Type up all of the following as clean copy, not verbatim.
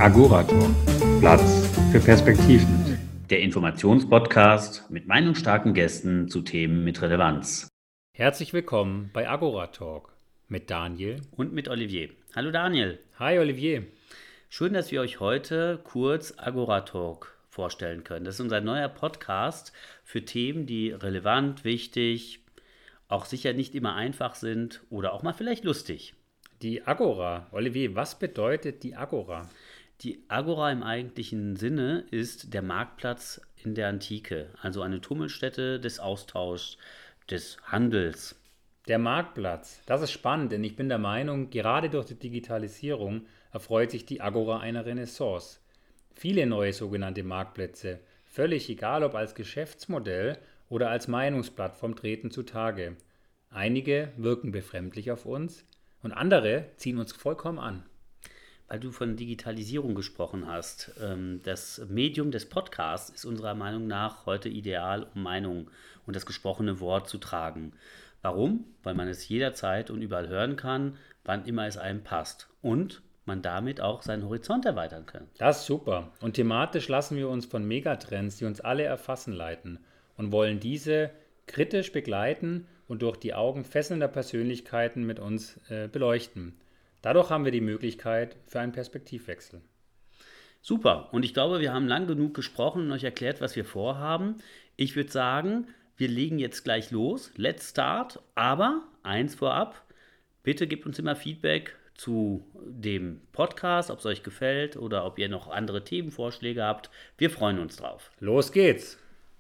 Agorator. Platz für Perspektiven. Der Informationspodcast mit meinungsstarken Gästen zu Themen mit Relevanz. Herzlich willkommen bei Agoratalk mit Daniel Und mit Olivier. Hallo Daniel. Hi Olivier. Schön, dass wir euch heute kurz Agoratalk vorstellen können. Das ist unser neuer Podcast für Themen, die relevant, wichtig, auch sicher nicht immer einfach sind oder auch mal vielleicht lustig. Die Agora. Olivier, was bedeutet die Agora? Die Agora im eigentlichen Sinne ist der Marktplatz in der Antike, also eine Tummelstätte des Austauschs, des Handels. Der Marktplatz. Das ist spannend, denn ich bin der Meinung, gerade durch die Digitalisierung erfreut sich die Agora einer Renaissance. Viele neue sogenannte Marktplätze, völlig egal ob als Geschäftsmodell oder als Meinungsplattform, treten zutage. Einige wirken befremdlich auf uns und andere ziehen uns vollkommen an. Weil du von Digitalisierung gesprochen hast, das Medium des Podcasts ist unserer Meinung nach heute ideal, um Meinungen und das gesprochene Wort zu tragen. Warum? Weil man es jederzeit und überall hören kann, wann immer es einem passt und man damit auch seinen Horizont erweitern kann. Das ist super. Und thematisch lassen wir uns von Megatrends, die uns alle erfassen, leiten und wollen diese kritisch begleiten und durch die Augen fesselnder Persönlichkeiten mit uns beleuchten. Dadurch haben wir die Möglichkeit für einen Perspektivwechsel. Super. Und ich glaube, wir haben lang genug gesprochen und euch erklärt, was wir vorhaben. Ich würde sagen, wir legen jetzt gleich los. Let's start. Aber eins vorab, bitte gebt uns immer Feedback zu dem Podcast, ob es euch gefällt oder ob ihr noch andere Themenvorschläge habt. Wir freuen uns drauf. Los geht's!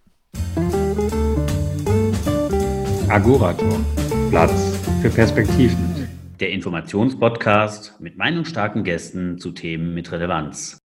Agorator. Platz für Perspektiven. Der Informationspodcast mit meinungsstarken Gästen zu Themen mit Relevanz.